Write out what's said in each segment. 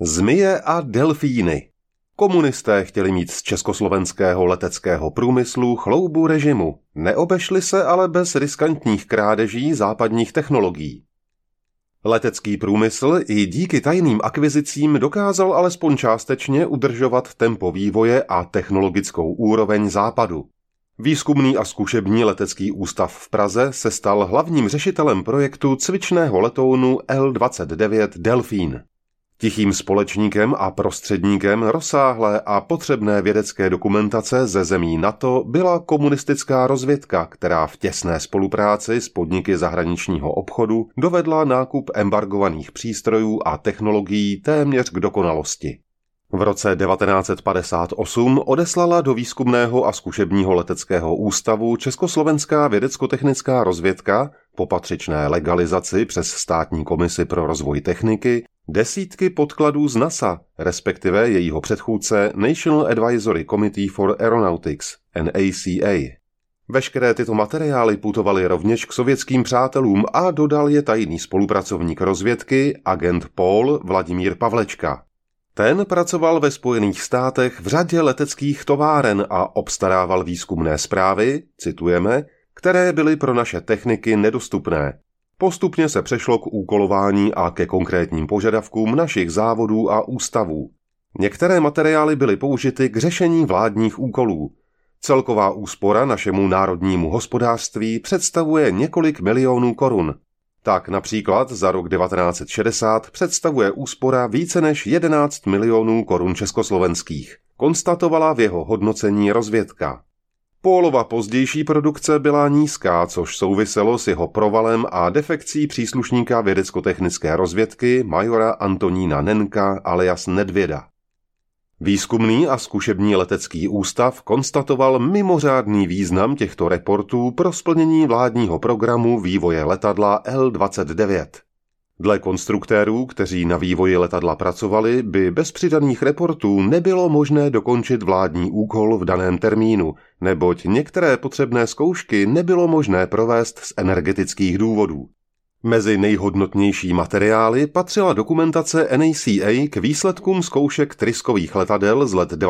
Zmije a delfíny. Komunisté chtěli mít z československého leteckého průmyslu chloubu režimu, neobešli se ale bez riskantních krádeží západních technologií. Letecký průmysl i díky tajným akvizicím dokázal alespoň částečně udržovat tempo vývoje a technologickou úroveň západu. Výzkumný a zkušební letecký ústav v Praze se stal hlavním řešitelem projektu cvičného letounu L-29 Delfín. Tichým společníkem a prostředníkem rozsáhlé a potřebné vědecké dokumentace ze zemí NATO byla komunistická rozvědka, která v těsné spolupráci s podniky zahraničního obchodu dovedla nákup embargovaných přístrojů a technologií téměř k dokonalosti. V roce 1958 odeslala do výzkumného a zkušebního leteckého ústavu Československá vědecko-technická rozvědka po patřičné legalizaci přes státní komisi pro rozvoj techniky desítky podkladů z NASA, respektive jejího předchůdce National Advisory Committee for Aeronautics, NACA. Veškeré tyto materiály putovaly rovněž k sovětským přátelům a dodal je tajný spolupracovník rozvědky, agent Paul Vladimír Pavlečka. Ten pracoval ve Spojených státech v řadě leteckých továren a obstarával výzkumné zprávy, citujeme, které byly pro naše techniky nedostupné. Postupně se přešlo k úkolování a ke konkrétním požadavkům našich závodů a ústavů. Některé materiály byly použity k řešení vládních úkolů. Celková úspora našemu národnímu hospodářství představuje několik milionů korun. Tak například za rok 1960 představuje úspora více než 11 milionů korun československých, konstatovala v jeho hodnocení rozvědka. Paulova pozdější produkce byla nízká, což souviselo s jeho provalem a defekcí příslušníka vědecko-technické rozvědky majora Antonína Nenka alias Nedvěda. Výzkumný a zkušební letecký ústav konstatoval mimořádný význam těchto reportů pro splnění vládního programu vývoje letadla L-29. Dle konstruktérů, kteří na vývoji letadla pracovali, by bez přidaných reportů nebylo možné dokončit vládní úkol v daném termínu, neboť některé potřebné zkoušky nebylo možné provést z energetických důvodů. Mezi nejhodnotnější materiály patřila dokumentace NACA k výsledkům zkoušek tryskových letadel z let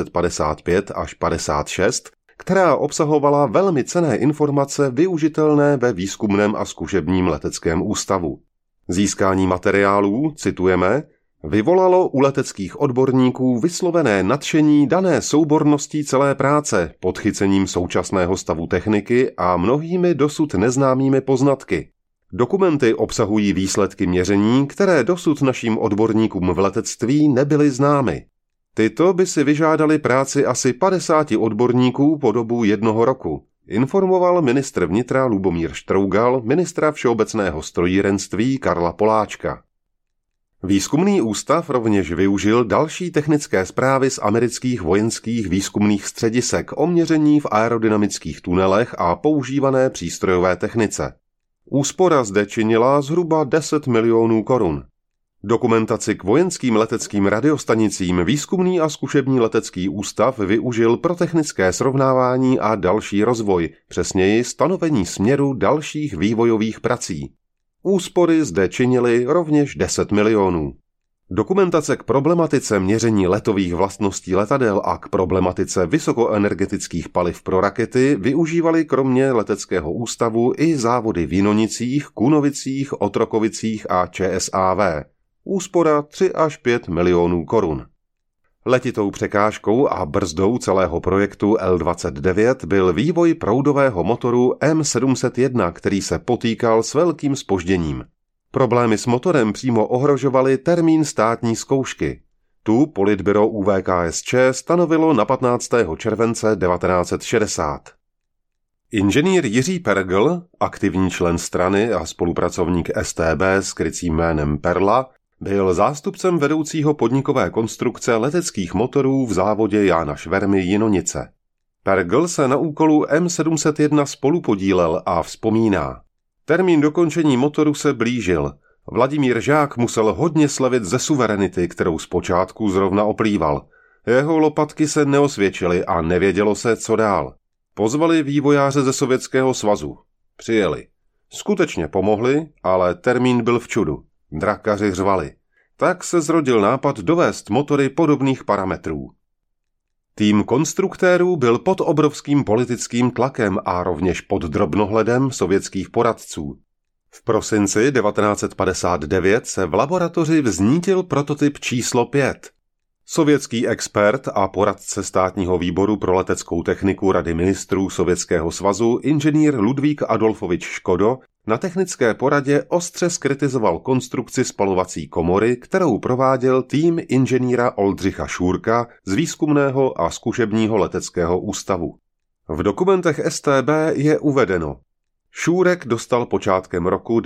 1955 až 56, která obsahovala velmi cenné informace využitelné ve výzkumném a zkušebním leteckém ústavu. Získání materiálů, citujeme, vyvolalo u leteckých odborníků vyslovené nadšení dané souborností celé práce, podchycením současného stavu techniky a mnohými dosud neznámými poznatky. Dokumenty obsahují výsledky měření, které dosud našim odborníkům v letectví nebyly známy. Tyto by si vyžádali práci asi 50 odborníků po dobu 1 roku, informoval ministr vnitra Lubomír Štrougal ministra všeobecného strojírenství Karla Poláčka. Výzkumný ústav rovněž využil další technické zprávy z amerických vojenských výzkumných středisek o měření v aerodynamických tunelech a používané přístrojové technice. Úspora zde činila zhruba 10 milionů korun. Dokumentaci k vojenským leteckým radiostanicím výzkumný a zkušební letecký ústav využil pro technické srovnávání a další rozvoj, přesněji stanovení směru dalších vývojových prací. Úspory zde činily rovněž 10 milionů. Dokumentace k problematice měření letových vlastností letadel a k problematice vysokoenergetických paliv pro rakety využívaly kromě leteckého ústavu i závody v Jinonicích, Kunovicích, Otrokovicích a ČSAV. Úspora 3 až 5 milionů korun. Letitou překážkou a brzdou celého projektu L-29 byl vývoj proudového motoru M701, který se potýkal s velkým zpožděním. Problémy s motorem přímo ohrožovaly termín státní zkoušky. Tu politbyro ÚVKSČ stanovilo na 15. července 1960. Inženýr Jiří Pergl, aktivní člen strany a spolupracovník StB s krycím jménem Perla, byl zástupcem vedoucího podnikové konstrukce leteckých motorů v závodě Jána Švermy Jinonice. Pergl se na úkolu M701 spolupodílel a vzpomíná. Termín dokončení motoru se blížil. Vladimír Žák musel hodně slevit ze suverenity, kterou zpočátku zrovna oplýval. Jeho lopatky se neosvědčily a nevědělo se, co dál. Pozvali vývojáře ze Sovětského svazu. Přijeli. Skutečně pomohli, ale termín byl v čudu. Drakaři řvali. tak se zrodil nápad dovést motory podobných parametrů. Tým konstruktérů byl pod obrovským politickým tlakem a rovněž pod drobnohledem sovětských poradců. V prosinci 1959 se v laboratoři vznítil prototyp číslo 5. Sovětský expert a poradce státního výboru pro leteckou techniku Rady ministrů Sovětského svazu inženýr Ludvík Adolfovič Škodo na technické poradě ostře zkritizoval konstrukci spalovací komory, kterou prováděl tým inženýra Oldřicha Šůrka z Výzkumného a zkušebního leteckého ústavu. V dokumentech StB je uvedeno: Šůrek dostal počátkem roku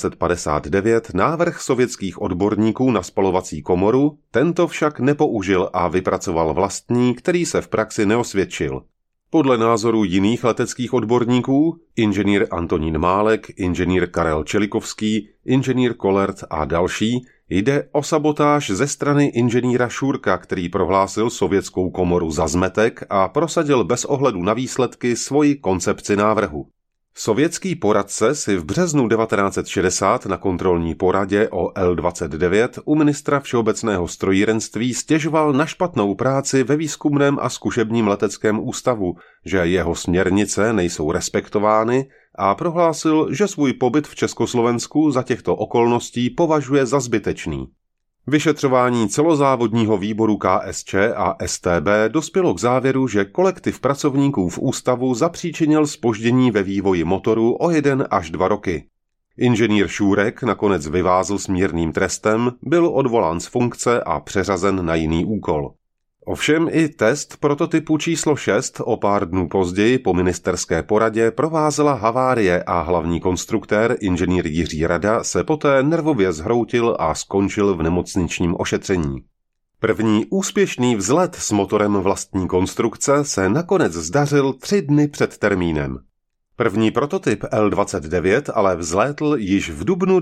1959 návrh sovětských odborníků na spalovací komoru, tento však nepoužil a vypracoval vlastní, který se v praxi neosvědčil. Podle názoru jiných leteckých odborníků, inženýr Antonín Málek, inženýr Karel Čelikovský, inženýr Kolert a další, jde o sabotáž ze strany inženýra Šůrka, který prohlásil sovětskou komoru za zmetek a prosadil bez ohledu na výsledky svoji koncepci návrhu. Sovětský poradce si v březnu 1960 na kontrolní poradě o L-29 u ministra všeobecného strojírenství stěžoval na špatnou práci ve Výzkumném a zkušebním leteckém ústavu, že jeho směrnice nejsou respektovány a prohlásil, že svůj pobyt v Československu za těchto okolností považuje za zbytečný. Vyšetřování celozávodního výboru KSČ a StB dospělo k závěru, že kolektiv pracovníků v ústavu zapříčinil zpoždění ve vývoji motoru o 1 až 2 roky. Inženýr Šůrek nakonec vyvázl s mírným trestem, byl odvolán z funkce a přeřazen na jiný úkol. Ovšem i test prototypu číslo 6 o pár dnů později po ministerské poradě provázela havárie a hlavní konstruktér inženýr Jiří Rada se poté nervově zhroutil a skončil v nemocničním ošetření. První úspěšný vzlet s motorem vlastní konstrukce se nakonec zdařil 3 dny před termínem. První prototyp L-29 ale vzlétl již v dubnu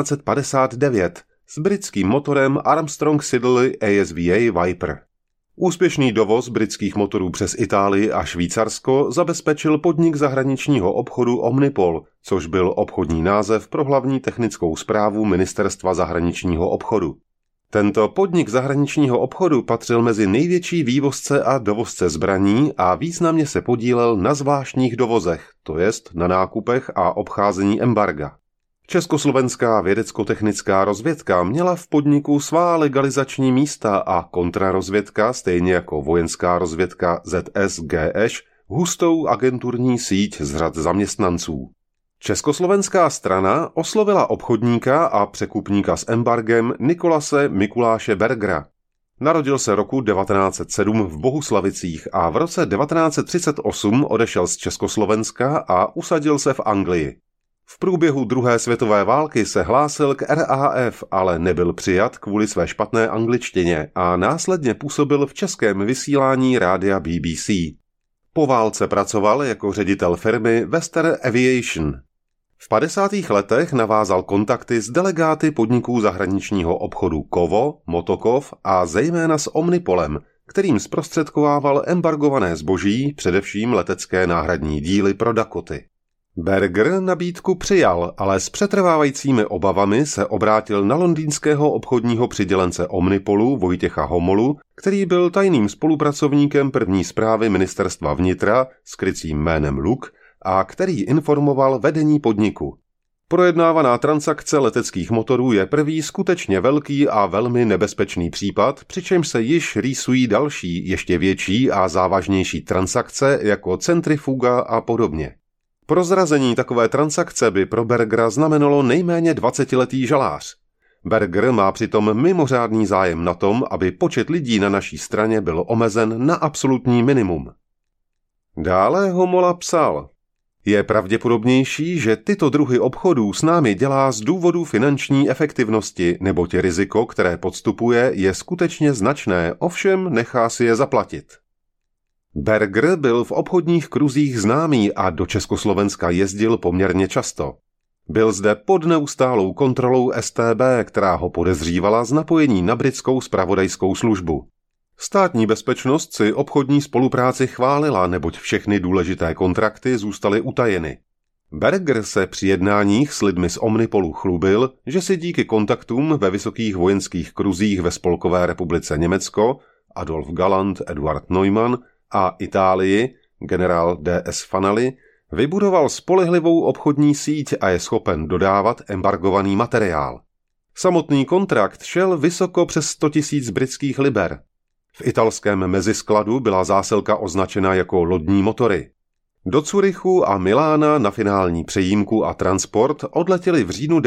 1959 s britským motorem Armstrong Siddeley ASVA Viper. Úspěšný dovoz britských motorů přes Itálii a Švýcarsko zabezpečil podnik zahraničního obchodu Omnipol, což byl obchodní název pro hlavní technickou správu Ministerstva zahraničního obchodu. Tento podnik zahraničního obchodu patřil mezi největší vývozce a dovozce zbraní a významně se podílel na zvláštních dovozech, to jest na nákupech a obcházení embarga. Československá vědecko-technická rozvědka měla v podniku svá legalizační místa a kontrarozvědka, stejně jako vojenská rozvědka ZSGŠ, hustou agenturní síť z řad zaměstnanců. Československá strana oslovila obchodníka a překupníka s embargem Nikolase Mikuláše Bergera. Narodil se roku 1907 v Bohuslavicích a v roce 1938 odešel z Československa a usadil se v Anglii. V průběhu druhé světové války se hlásil k RAF, ale nebyl přijat kvůli své špatné angličtině a následně působil v českém vysílání rádia BBC. Po válce pracoval jako ředitel firmy Western Aviation. V 50. letech navázal kontakty s delegáty podniků zahraničního obchodu Kovo, Motokov a zejména s Omnipolem, kterým zprostředkovával embargované zboží, především letecké náhradní díly pro Dakoty. Berger nabídku přijal, ale s přetrvávajícími obavami se obrátil na londýnského obchodního přidělence Omnipolu Vojtěcha Homolu, který byl tajným spolupracovníkem první správy ministerstva vnitra s krycím jménem Luk a který informoval vedení podniku. Projednávaná transakce leteckých motorů je první skutečně velký a velmi nebezpečný případ, přičemž se již rýsují další, ještě větší a závažnější transakce jako centrifuga a podobně. Prozrazení takové transakce by pro Bergera znamenalo nejméně 20letý žalář. Berger má přitom mimořádný zájem na tom, aby počet lidí na naší straně byl omezen na absolutní minimum. Dále Homola psal: je pravděpodobnější, že tyto druhy obchodů s námi dělá z důvodu finanční efektivnosti, neboť riziko, které podstupuje, je skutečně značné, ovšem nechá si je zaplatit. Berger byl v obchodních kruzích známý a do Československa jezdil poměrně často. Byl zde pod neustálou kontrolou StB, která ho podezřívala z napojení na britskou zpravodajskou službu. Státní bezpečnost si obchodní spolupráci chválila, neboť všechny důležité kontrakty zůstaly utajeny. Berger se při jednáních s lidmi z Omnipolu chlubil, že si díky kontaktům ve vysokých vojenských kruzích ve Spolkové republice Německo, Adolf Galland, Eduard Neumann, a Itálii, generál D.S. Fanelli, vybudoval spolehlivou obchodní síť a je schopen dodávat embargovaný materiál. Samotný kontrakt šel vysoko přes 100 000 britských liber. V italském meziskladu byla zásilka označena jako lodní motory. Do Curychu a Milána na finální přejímku a transport odletěli v říjnu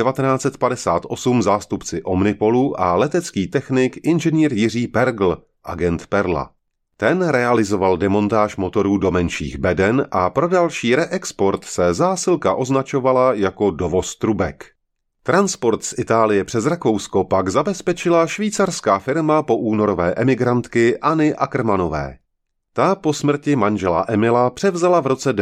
1958 zástupci Omnipolu a letecký technik inženýr Jiří Pergl, agent Perla. Ten realizoval demontáž motorů do menších beden a pro další reexport se zásilka označovala jako dovoz trubek. Transport z Itálie přes Rakousko pak zabezpečila švýcarská firma po únorové emigrantky Anny Ackermannové. Ta po smrti manžela Emila převzala v roce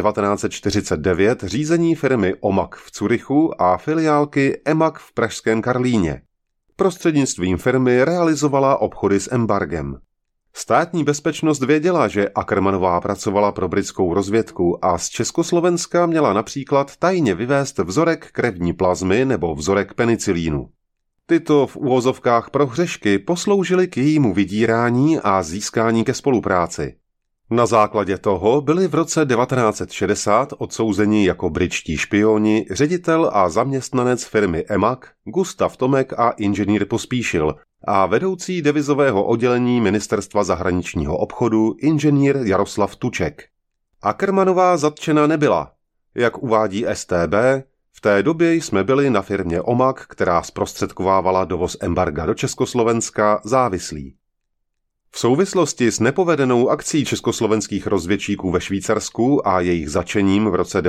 1949 řízení firmy OMAG v Curychu a filiálky EMAG v pražském Karlíně. Prostřednictvím firmy realizovala obchody s embargem. Státní bezpečnost věděla, že Ackermannová pracovala pro britskou rozvědku a z Československa měla například tajně vyvézt vzorek krevní plazmy nebo vzorek penicilínu. Tyto v uvozovkách prohřešky posloužily k jejímu vydírání a získání ke spolupráci. Na základě toho byli v roce 1960 odsouzeni jako britští špioni ředitel a zaměstnanec firmy EMAG Gustav Tomek a inženýr Pospíšil a vedoucí devizového oddělení Ministerstva zahraničního obchodu inženýr Jaroslav Tuček. Ackermannová zatčena nebyla. Jak uvádí StB, v té době jsme byli na firmě OMAG, která zprostředkovávala dovoz embarga do Československa, závislí. V souvislosti s nepovedenou akcí československých rozvědčíků ve Švýcarsku a jejich zatčením v roce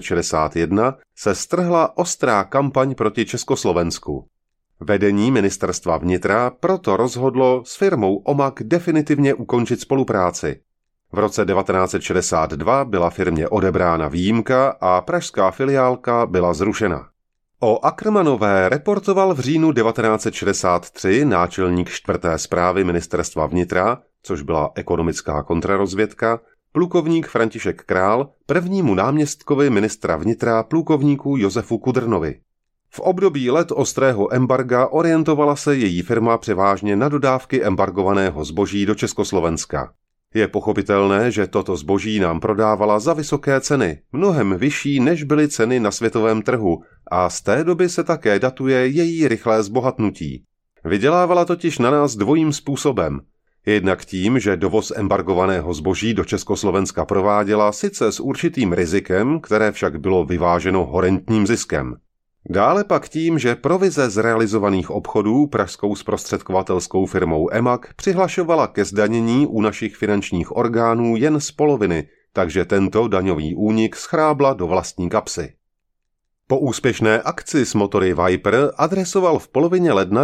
1961 se strhla ostrá kampaň proti Československu. Vedení ministerstva vnitra proto rozhodlo s firmou OMAG definitivně ukončit spolupráci. V roce 1962 byla firmě odebrána výjimka a pražská filiálka byla zrušena. O Ackermannové reportoval v říjnu 1963 náčelník 4. správy ministerstva vnitra, což byla ekonomická kontrarozvědka, plukovník František Král, prvnímu náměstkovi ministra vnitra plukovníku Josefu Kudrnovi. V období let ostrého embarga orientovala se její firma převážně na dodávky embargovaného zboží do Československa. Je pochopitelné, že toto zboží nám prodávala za vysoké ceny, mnohem vyšší než byly ceny na světovém trhu, a z té doby se také datuje její rychlé zbohatnutí. Vydělávala totiž na nás dvojím způsobem. Jednak tím, že dovoz embargovaného zboží do Československa prováděla sice s určitým rizikem, které však bylo vyváženo horentním ziskem. Dále pak tím, že provize z realizovaných obchodů pražskou zprostředkovatelskou firmou EMAG přihlašovala ke zdanění u našich finančních orgánů jen z poloviny, takže tento daňový únik schrábla do vlastní kapsy. Po úspěšné akci s motory Viper adresoval v polovině ledna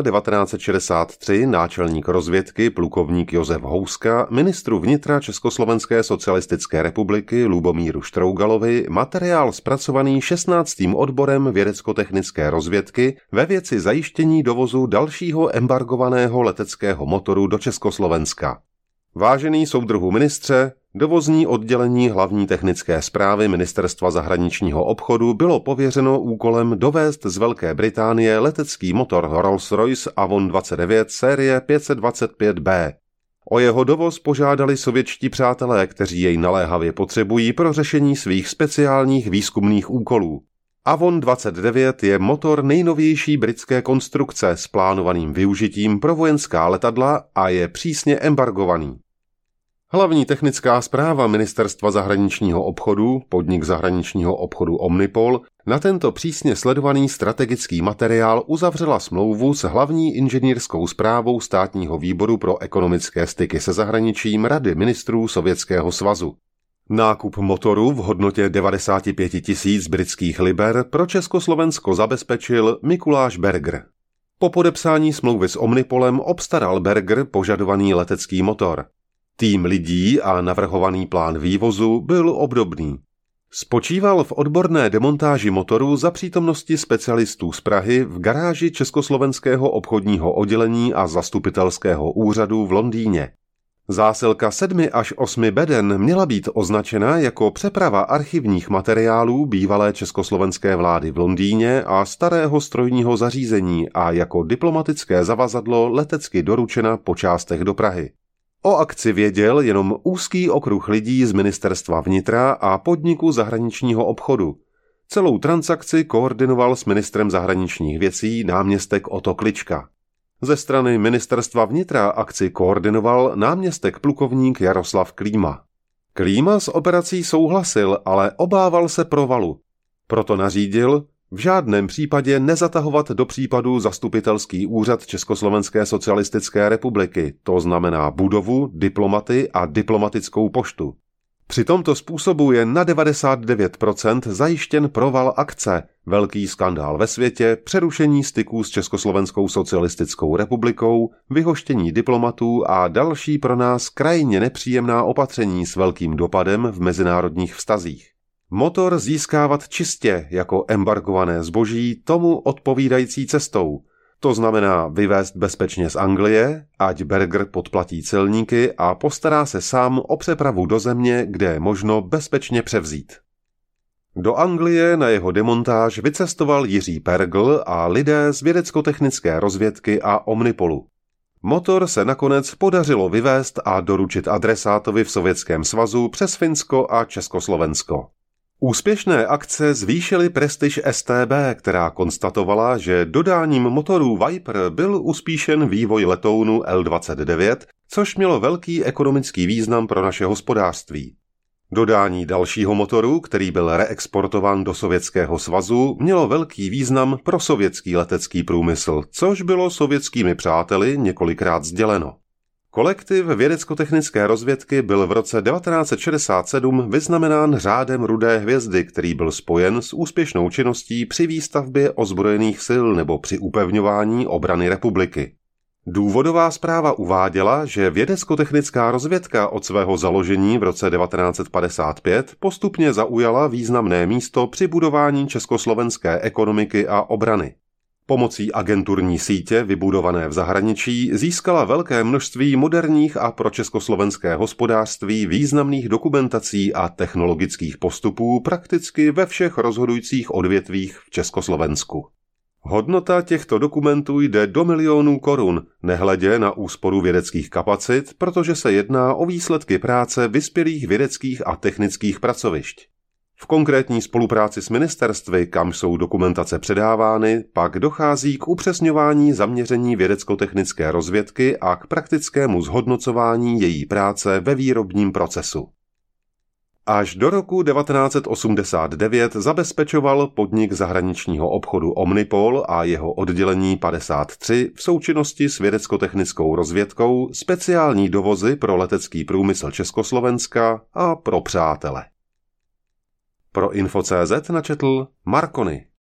1963 náčelník rozvědky plukovník Josef Houska ministru vnitra Československé socialistické republiky Lubomíru Štrougalovi materiál zpracovaný 16. odborem vědecko-technické rozvědky ve věci zajištění dovozu dalšího embargovaného leteckého motoru do Československa. Vážený soudruhu ministře, dovozní oddělení hlavní technické správy Ministerstva zahraničního obchodu bylo pověřeno úkolem dovést z Velké Británie letecký motor Rolls-Royce Avon 29 série 525B. O jeho dovoz požádali sovětští přátelé, kteří jej naléhavě potřebují pro řešení svých speciálních výzkumných úkolů. Avon 29 je motor nejnovější britské konstrukce s plánovaným využitím pro vojenská letadla a je přísně embargovaný. Hlavní technická správa Ministerstva zahraničního obchodu, podnik zahraničního obchodu Omnipol, na tento přísně sledovaný strategický materiál uzavřela smlouvu s hlavní inženýrskou správou Státního výboru pro ekonomické styky se zahraničím Rady ministrů Sovětského svazu. Nákup motoru v hodnotě 95 000 britských liber pro Československo zabezpečil Mikuláš Berger. Po podepsání smlouvy s Omnipolem obstaral Berger požadovaný letecký motor. Tým lidí a navrhovaný plán vývozu byl obdobný. Spočíval v odborné demontáži motoru za přítomnosti specialistů z Prahy v garáži Československého obchodního oddělení a zastupitelského úřadu v Londýně. Zásilka 7 až 8 beden měla být označena jako přeprava archivních materiálů bývalé československé vlády v Londýně a starého strojního zařízení a jako diplomatické zavazadlo letecky doručena po částech do Prahy. O akci věděl jenom úzký okruh lidí z ministerstva vnitra a podniku zahraničního obchodu. Celou transakci koordinoval s ministrem zahraničních věcí náměstek Otto Klička. Ze strany ministerstva vnitra akci koordinoval náměstek plukovník Jaroslav Klíma. Klíma s operací souhlasil, ale obával se provalu. Proto nařídil v žádném případě nezatahovat do případu zastupitelský úřad Československé socialistické republiky, to znamená budovu, diplomaty a diplomatickou poštu. Při tomto způsobu je na 99% zajištěn proval akce, velký skandál ve světě, přerušení styků s Československou socialistickou republikou, vyhoštění diplomatů a další pro nás krajně nepříjemná opatření s velkým dopadem v mezinárodních vztazích. Motor získávat čistě jako embargované zboží tomu odpovídající cestou. To znamená vyvést bezpečně z Anglie, ať Berger podplatí celníky a postará se sám o přepravu do země, kde je možno bezpečně převzít. Do Anglie na jeho demontáž vycestoval Jiří Pergl a lidé z vědecko-technické rozvědky a Omnipolu. Motor se nakonec podařilo vyvést a doručit adresátovi v Sovětském svazu přes Finsko a Československo. Úspěšné akce zvýšily prestiž StB, která konstatovala, že dodáním motorů Viper byl uspíšen vývoj letounu L-29, což mělo velký ekonomický význam pro naše hospodářství. Dodání dalšího motoru, který byl reexportován do Sovětského svazu, mělo velký význam pro sovětský letecký průmysl, což bylo sovětskými přáteli několikrát sděleno. Kolektiv vědecko-technické rozvědky byl v roce 1967 vyznamenán řádem Rudé hvězdy, který byl spojen s úspěšnou činností při výstavbě ozbrojených sil nebo při upevňování obrany republiky. Důvodová zpráva uváděla, že vědecko-technická rozvědka od svého založení v roce 1955 postupně zaujala významné místo při budování československé ekonomiky a obrany. Pomocí agenturní sítě vybudované v zahraničí získala velké množství moderních a pro československé hospodářství významných dokumentací a technologických postupů prakticky ve všech rozhodujících odvětvích v Československu. Hodnota těchto dokumentů jde do milionů korun, nehledě na úsporu vědeckých kapacit, protože se jedná o výsledky práce vyspělých vědeckých a technických pracovišť. V konkrétní spolupráci s ministerstvy, kam jsou dokumentace předávány, pak dochází k upřesňování zaměření vědecko-technické rozvědky a k praktickému zhodnocování její práce ve výrobním procesu. Až do roku 1989 zabezpečoval podnik zahraničního obchodu Omnipol a jeho oddělení 53 v součinnosti s vědecko-technickou rozvědkou speciální dovozy pro letecký průmysl Československa a pro přátele. Pro Info.cz načetl Marconi.